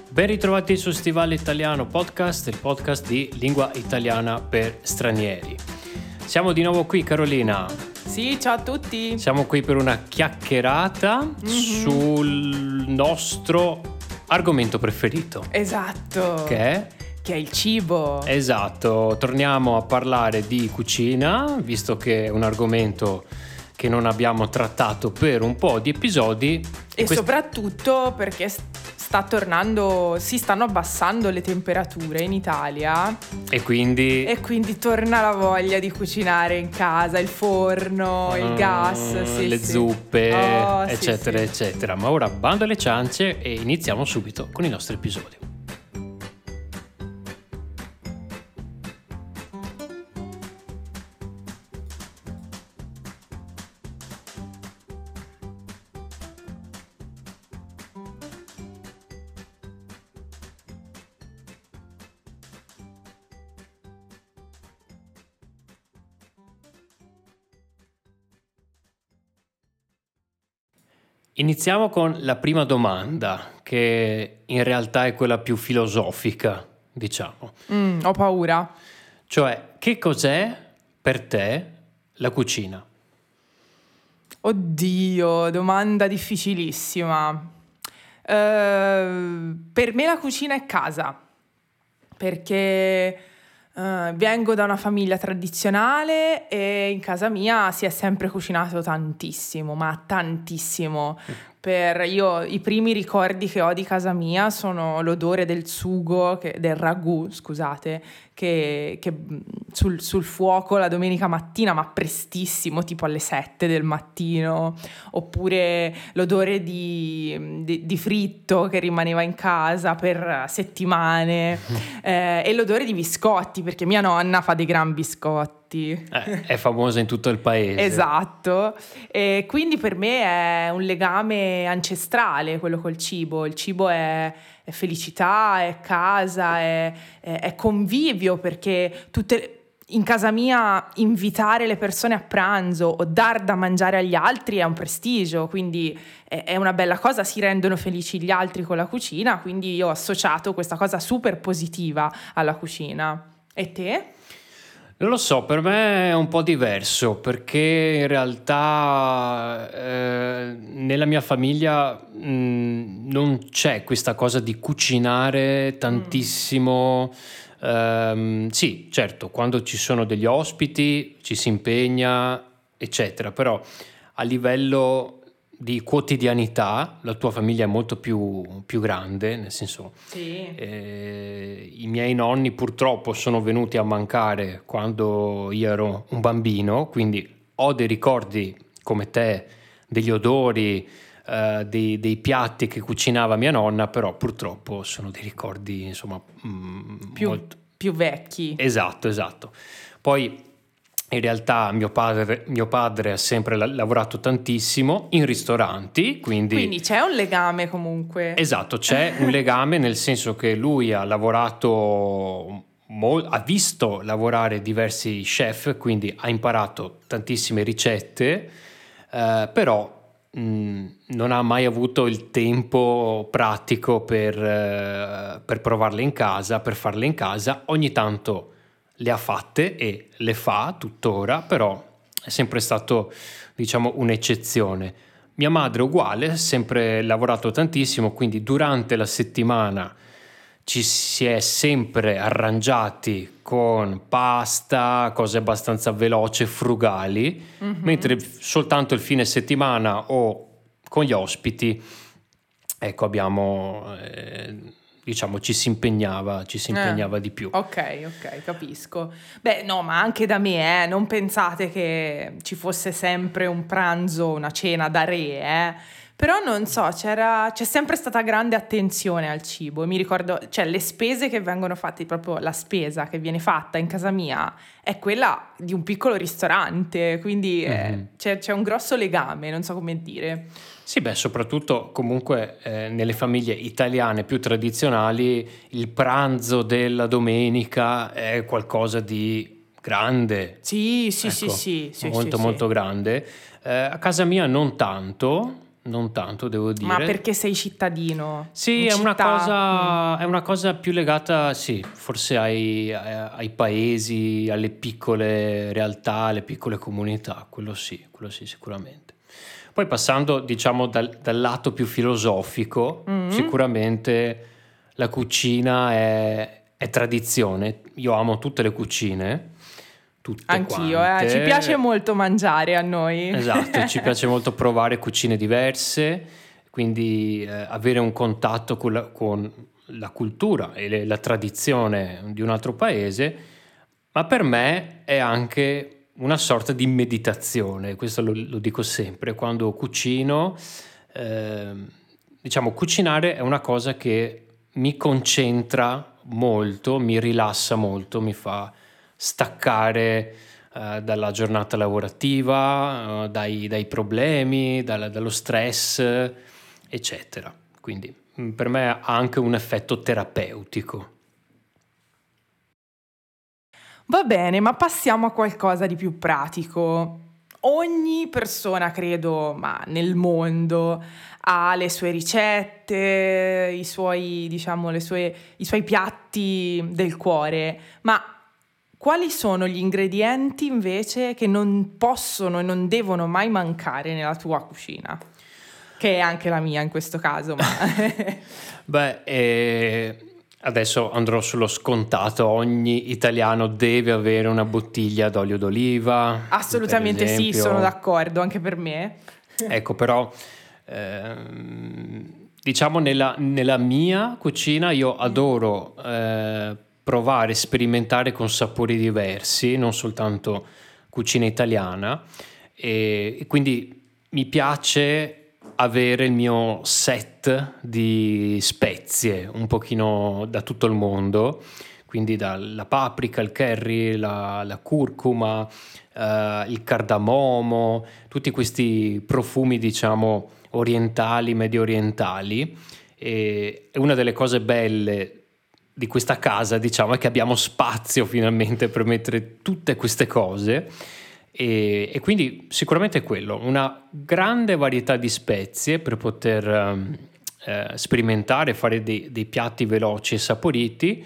Ben ritrovati su Stivale Italiano Podcast, il podcast di lingua italiana per stranieri. Siamo di nuovo qui, Carolina. Sì, ciao a tutti. Siamo qui per una chiacchierata sul nostro argomento preferito. Esatto. Che è? Che è il cibo. Esatto, torniamo a parlare di cucina, visto che è un argomento che non abbiamo trattato per un po' di episodi. E soprattutto perché si stanno abbassando le temperature in Italia E quindi torna la voglia di cucinare in casa, il forno, il gas, le zuppe, eccetera, sì. eccetera. Ma ora bando alle ciance e iniziamo subito con i nostri episodi. Iniziamo con la prima domanda, che in realtà è quella più filosofica, diciamo. Ho paura. Cioè, che cos'è per te la cucina? Oddio, domanda difficilissima. Per me la cucina è casa, perché vengo da una famiglia tradizionale e in casa mia si è sempre cucinato tantissimo, ma tantissimo. I primi ricordi che ho di casa mia sono l'odore del sugo, del ragù, scusate, che sul fuoco la domenica mattina, ma prestissimo, tipo alle 7 del mattino, oppure l'odore di fritto che rimaneva in casa per settimane, e l'odore di biscotti, perché mia nonna fa dei gran biscotti. È famosa in tutto il paese. Esatto, e quindi per me è un legame ancestrale quello col cibo. Il cibo è felicità, è casa, è convivio, perché in casa mia invitare le persone a pranzo o dar da mangiare agli altri è un prestigio, quindi è una bella cosa, si rendono felici gli altri con la cucina, quindi io ho associato questa cosa super positiva alla cucina. E te? Non lo so, per me è un po' diverso, perché in realtà nella mia famiglia non c'è questa cosa di cucinare tantissimo. Sì, certo, quando ci sono degli ospiti ci si impegna, eccetera, però a livello di quotidianità la tua famiglia è molto più grande, nel senso Sì. I miei nonni purtroppo sono venuti a mancare quando io ero un bambino, quindi ho dei ricordi come te, degli odori, dei piatti che cucinava mia nonna, però purtroppo sono dei ricordi insomma più vecchi. Esatto. Poi in realtà mio padre ha sempre lavorato tantissimo in ristoranti, quindi c'è un legame comunque. Esatto, c'è un legame, nel senso che lui ha lavorato, ha visto lavorare diversi chef, quindi ha imparato tantissime ricette, però non ha mai avuto il tempo pratico per provarle in casa, per farle in casa. Ogni tanto le ha fatte e le fa tuttora, però è sempre stato, diciamo, un'eccezione. Mia madre uguale, ha sempre lavorato tantissimo, quindi durante la settimana ci si è sempre arrangiati con pasta, cose abbastanza veloci, frugali, mentre soltanto il fine settimana o con gli ospiti, ecco, abbiamo... diciamo ci si impegnava di più. Ok, capisco. Beh, no, ma anche da me, non pensate che ci fosse sempre un pranzo, una cena da re, Però non so, c'è sempre stata grande attenzione al cibo. E mi ricordo, cioè le spese che vengono fatte, proprio la spesa che viene fatta in casa mia è quella di un piccolo ristorante, quindi c'è un grosso legame, non so come dire. Sì, beh, soprattutto comunque nelle famiglie italiane più tradizionali il pranzo della domenica è qualcosa di grande. Sì, Ecco, sì, molto grande. A casa mia non tanto, non tanto, devo dire. Ma perché sei cittadino? Sì, In è una città? è una cosa più legata, sì, forse ai paesi, alle piccole realtà, alle piccole comunità, quello sì, sicuramente. Poi passando, diciamo, dal lato più filosofico, Mm. sicuramente la cucina è tradizione. Io amo tutte le cucine, tutte Anch'io, ci piace quante. molto mangiare a noi. Esatto, ci piace molto provare cucine diverse, quindi avere un contatto con la cultura e la tradizione di un altro paese, ma per me è anche una sorta di meditazione, questo lo dico sempre, quando cucino, eh, diciamo, cucinare è una cosa che mi concentra molto, mi rilassa molto, mi fa staccare dalla giornata lavorativa, dai problemi, dallo stress, eccetera. Quindi per me ha anche un effetto terapeutico. Va bene, ma passiamo a qualcosa di più pratico. Ogni persona, credo, ma nel mondo, ha le sue ricette, i suoi, diciamo, i suoi piatti del cuore, ma quali sono gli ingredienti invece che non possono e non devono mai mancare nella tua cucina? Che è anche la mia in questo caso, ma... Beh, adesso andrò sullo scontato, ogni italiano deve avere una bottiglia d'olio d'oliva, per Assolutamente sì, sono esempio. d'accordo, anche per me. Ecco, però diciamo nella mia cucina io adoro provare, sperimentare con sapori diversi, non soltanto cucina italiana, e quindi mi piace avere il mio set di spezie un pochino da tutto il mondo, quindi dalla paprika, il curry, la curcuma, il cardamomo, tutti questi profumi, diciamo, orientali, medio orientali. E una delle cose belle di questa casa, diciamo, è che abbiamo spazio finalmente per mettere tutte queste cose. E quindi sicuramente è quello, una grande varietà di spezie per poter sperimentare, fare dei piatti veloci e saporiti.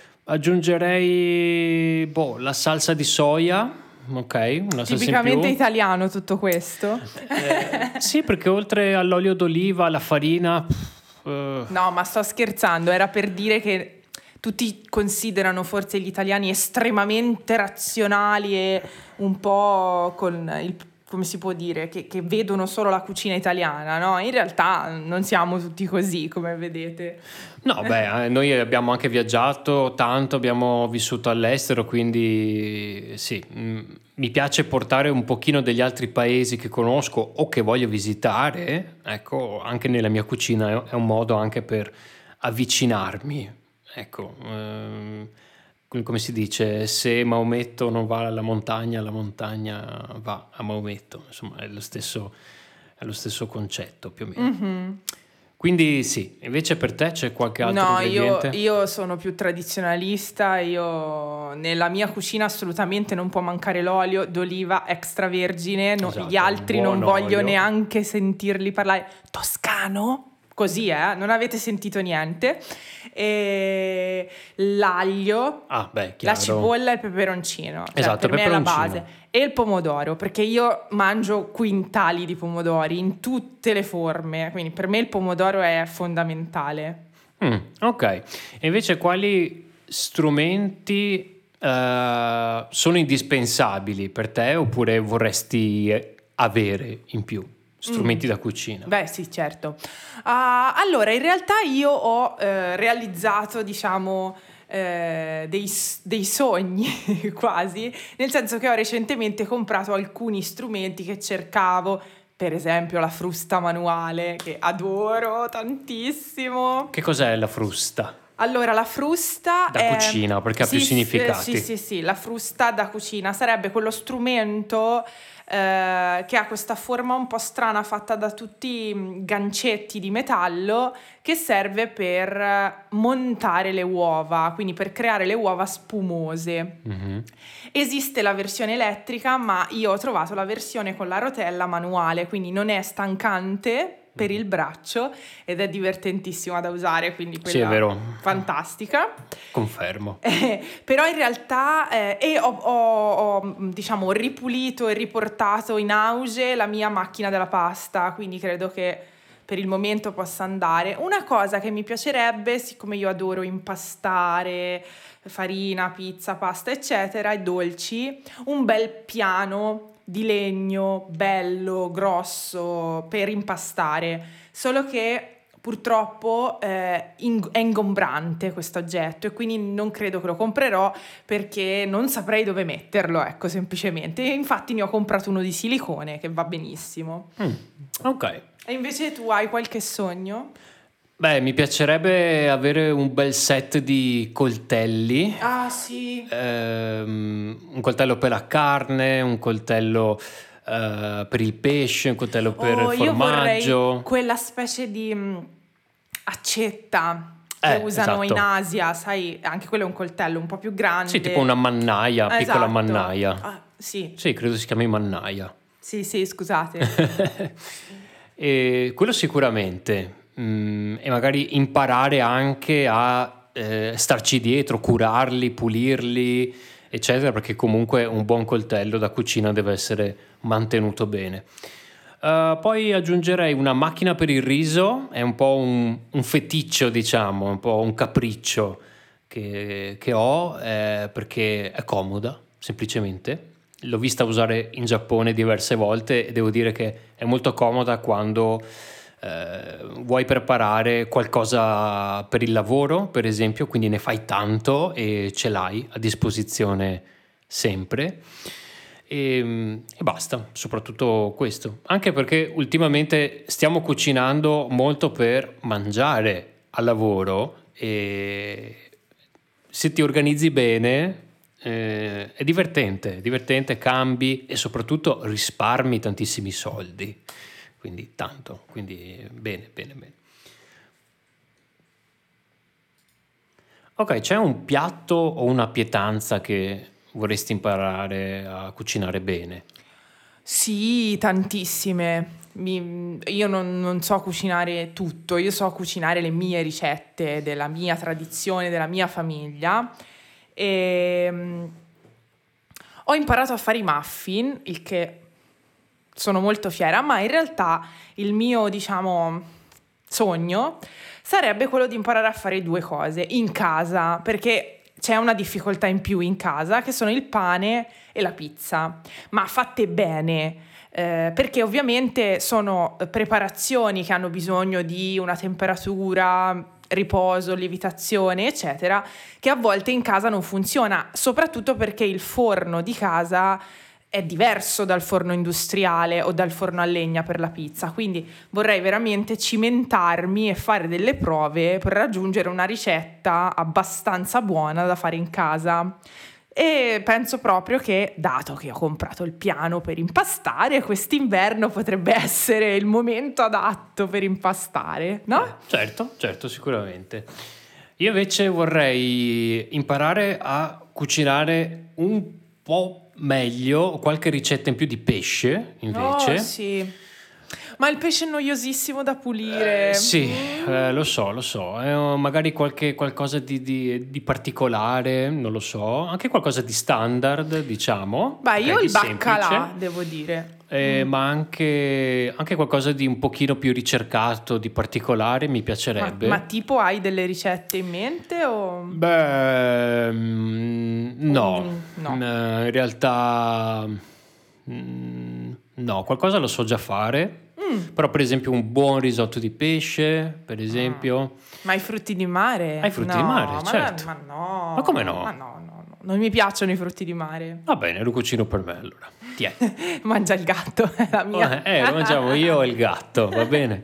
Aggiungerei la salsa di soia, ok, una salsa in Tipicamente più. italiano tutto questo. Sì, perché oltre all'olio d'oliva, alla farina, No, ma sto scherzando, era per dire che tutti considerano forse gli italiani estremamente razionali e un po' con il, come si può dire, che vedono solo la cucina italiana, no? In realtà non siamo tutti così, come vedete. no, beh, noi abbiamo anche viaggiato tanto, abbiamo vissuto all'estero, quindi sì, mi piace portare un pochino degli altri paesi che conosco o che voglio visitare, ecco, anche nella mia cucina è un modo anche per avvicinarmi, ecco, come si dice, se Maometto non va alla montagna, la montagna va a Maometto, insomma è lo stesso concetto più o meno. Mhm. Quindi sì, invece per te c'è qualche altro No, ingrediente? io sono più tradizionalista, io nella mia cucina assolutamente non può mancare l'olio d'oliva extravergine, gli Esatto, un altri non buon voglio olio. neanche sentirli parlare. Toscano? Così, non avete sentito niente. E l'aglio, Ah, beh, la chiaro. cipolla e il peperoncino, cioè Esatto, per me è la peperoncino. base. E il pomodoro, perché io mangio quintali di pomodori in tutte le forme, quindi per me il pomodoro è fondamentale. Ok. E invece quali strumenti sono indispensabili per te oppure vorresti avere in più? Strumenti da cucina. Beh, sì, certo. Allora, in realtà io ho realizzato, diciamo, dei sogni quasi, nel senso che ho recentemente comprato alcuni strumenti che cercavo, per esempio la frusta manuale, che adoro tantissimo. Che cos'è la frusta? Allora, la frusta Da è... cucina, perché ha più Sì, significati. sì, la frusta da cucina sarebbe quello strumento che ha questa forma un po' strana fatta da tutti gancetti di metallo che serve per montare le uova, quindi per creare le uova spumose. Mhm. Esiste la versione elettrica, ma io ho trovato la versione con la rotella manuale, quindi non è stancante per il braccio ed è divertentissima da usare, quindi quella Sì, è vero. fantastica. Confermo. Però in realtà diciamo ripulito e riportato in auge la mia macchina della pasta, quindi credo che per il momento possa andare. Una cosa che mi piacerebbe, siccome io adoro impastare farina, pizza, pasta eccetera e dolci, un bel piano di legno bello, grosso per impastare, solo che purtroppo è ingombrante questo oggetto e quindi non credo che lo comprerò perché non saprei dove metterlo, ecco, semplicemente. E infatti ne ho comprato uno di silicone che va benissimo. Ok. E invece tu hai qualche sogno? Beh, mi piacerebbe avere un bel set di coltelli. Ah sì. Un coltello per la carne, un coltello per il pesce, un coltello per il Io formaggio. vorrei quella specie di accetta che usano in esatto. Asia, sai, anche quello è un coltello un po' più grande. Sì, tipo una mannaia, piccola Esatto. mannaia. Ah, sì. Sì, credo si chiami mannaia. Sì, scusate. E quello sicuramente. E magari imparare anche a starci dietro, curarli, pulirli, eccetera, perché comunque un buon coltello da cucina deve essere mantenuto bene. Poi aggiungerei una macchina per il riso, è un po' un feticcio, diciamo, un po' un capriccio che ho, perché è comoda, semplicemente. L'ho vista usare in Giappone diverse volte e devo dire che è molto comoda quando vuoi preparare qualcosa per il lavoro, per esempio, quindi ne fai tanto e ce l'hai a disposizione sempre. E basta, soprattutto questo. Anche perché ultimamente stiamo cucinando molto per mangiare al lavoro e se ti organizzi bene è divertente, cambi e soprattutto risparmi tantissimi soldi. Quindi tanto, quindi bene. Ok, c'è un piatto o una pietanza che vorresti imparare a cucinare bene? Sì, tantissime. Io non so cucinare tutto, io so cucinare le mie ricette della mia tradizione, della mia famiglia. E ho imparato a fare i muffin, il che sono molto fiera, ma in realtà il mio, diciamo, sogno sarebbe quello di imparare a fare due cose in casa, perché c'è una difficoltà in più in casa, che sono il pane e la pizza, ma fatte bene, perché ovviamente sono preparazioni che hanno bisogno di una temperatura, riposo, lievitazione, eccetera, che a volte in casa non funziona, soprattutto perché il forno di casa è diverso dal forno industriale o dal forno a legna per la pizza, quindi vorrei veramente cimentarmi e fare delle prove per raggiungere una ricetta abbastanza buona da fare in casa. E penso proprio che, dato che ho comprato il piano per impastare, quest'inverno potrebbe essere il momento adatto per impastare, no? Certo, sicuramente. Io invece vorrei imparare a cucinare un po' meglio, qualche ricetta in più di pesce, invece. Oh, sì. Ma il pesce è noiosissimo da pulire. Sì, lo so. Magari qualcosa di particolare, non lo so. Anche qualcosa di standard, diciamo. Beh, io di il baccalà, semplice. devo dire. Ma anche qualcosa di un pochino più ricercato, di particolare, mi piacerebbe. Ma tipo hai delle ricette in mente o... Beh, no. No. In realtà no, qualcosa lo so già fare. Però per esempio un buon risotto di pesce, per esempio. Ma i frutti di mare? Ai frutti di mare, certo. Ma no. Ma come no? Ma no. Non mi piacciono i frutti di mare. Va bene, lo cucino per me allora. Tiè. Mangia il gatto, è la mia. Lo mangiamo io e il gatto, va bene.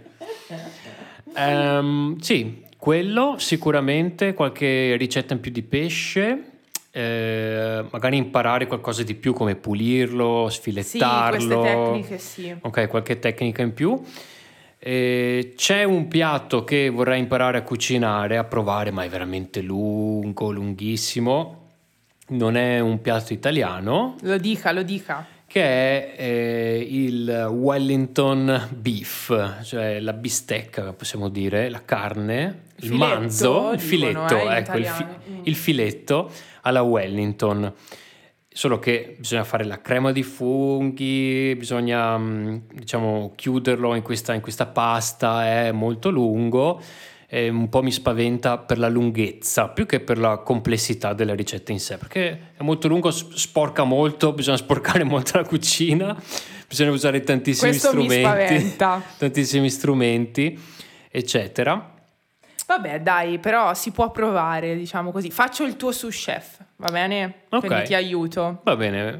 Sì, quello sicuramente, qualche ricetta in più di pesce. Magari imparare qualcosa di più come pulirlo, sfilettarlo. Sì, queste tecniche sì. Ok, qualche tecnica in più. C'è un piatto che vorrei imparare a cucinare, a provare, ma è veramente lunghissimo. Non è un piatto italiano. Lo dica. Che che è il Wellington beef, cioè la bistecca, possiamo dire, la carne, il Filetto, manzo, il dicono, filetto, in ecco, italiano. il filetto alla Wellington. Solo che bisogna fare la crema di funghi, bisogna diciamo chiuderlo in questa pasta, è molto lungo. Un po' mi spaventa per la lunghezza più che per la complessità della ricetta in sé, perché è molto lungo, sporca molto, bisogna sporcare molto la cucina, bisogna usare tantissimi strumenti, eccetera. Vabbè, dai, però si può provare, diciamo così. Faccio il tuo sous chef, va bene? Ok. Quindi ti aiuto. Va bene.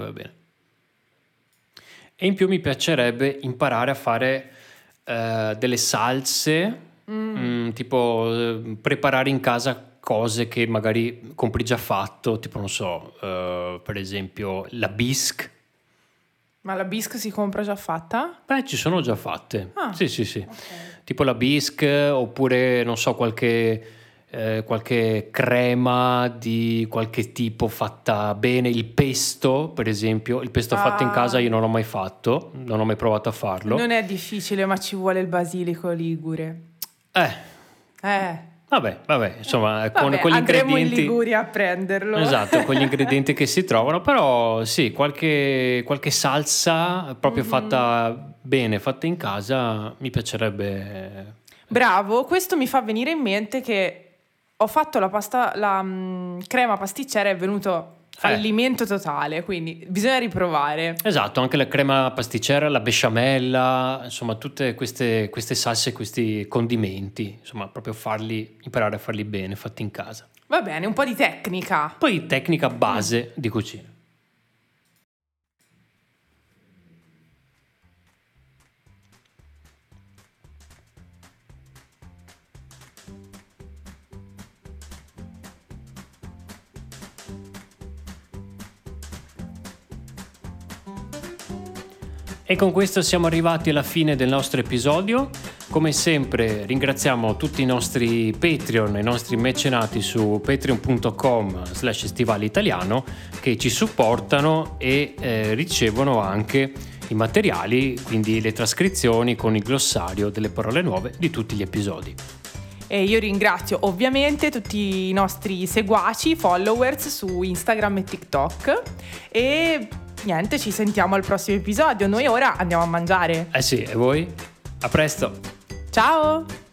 E in più mi piacerebbe imparare a fare delle salse, tipo preparare in casa cose che magari compri già fatto, tipo non so, per esempio la bisque. Ma la bisque si compra già fatta? Beh, ci sono già fatte. Ah, Sì. ok. Tipo la bisque, oppure non so, qualche crema di qualche tipo fatta bene. Il pesto, per esempio, il pesto fatto in casa io non l'ho mai fatto, non ho mai provato a farlo. Non è difficile, ma ci vuole il basilico ligure. Vabbè, insomma, con gli andremo ingredienti. in Liguria a prenderlo. Esatto, con gli ingredienti che si trovano, però sì, qualche salsa proprio fatta bene, fatta in casa, mi piacerebbe. Bravo, questo mi fa venire in mente che ho fatto la crema pasticcera, è venuto fallimento totale, quindi bisogna riprovare. Esatto, anche la crema pasticcera, la besciamella, insomma tutte queste salse, questi condimenti, insomma proprio imparare a farli bene, fatti in casa. Va bene, un po' di tecnica. Poi tecnica base di cucina. E con questo siamo arrivati alla fine del nostro episodio. Come sempre ringraziamo tutti i nostri Patreon, i nostri mecenati su patreon.com/stivalitaliano che ci supportano e ricevono anche i materiali, quindi le trascrizioni con il glossario delle parole nuove di tutti gli episodi. E io ringrazio ovviamente tutti i nostri seguaci, followers su Instagram e TikTok. E niente, ci sentiamo al prossimo episodio. Noi ora andiamo a mangiare. Sì, e voi? A presto! Ciao!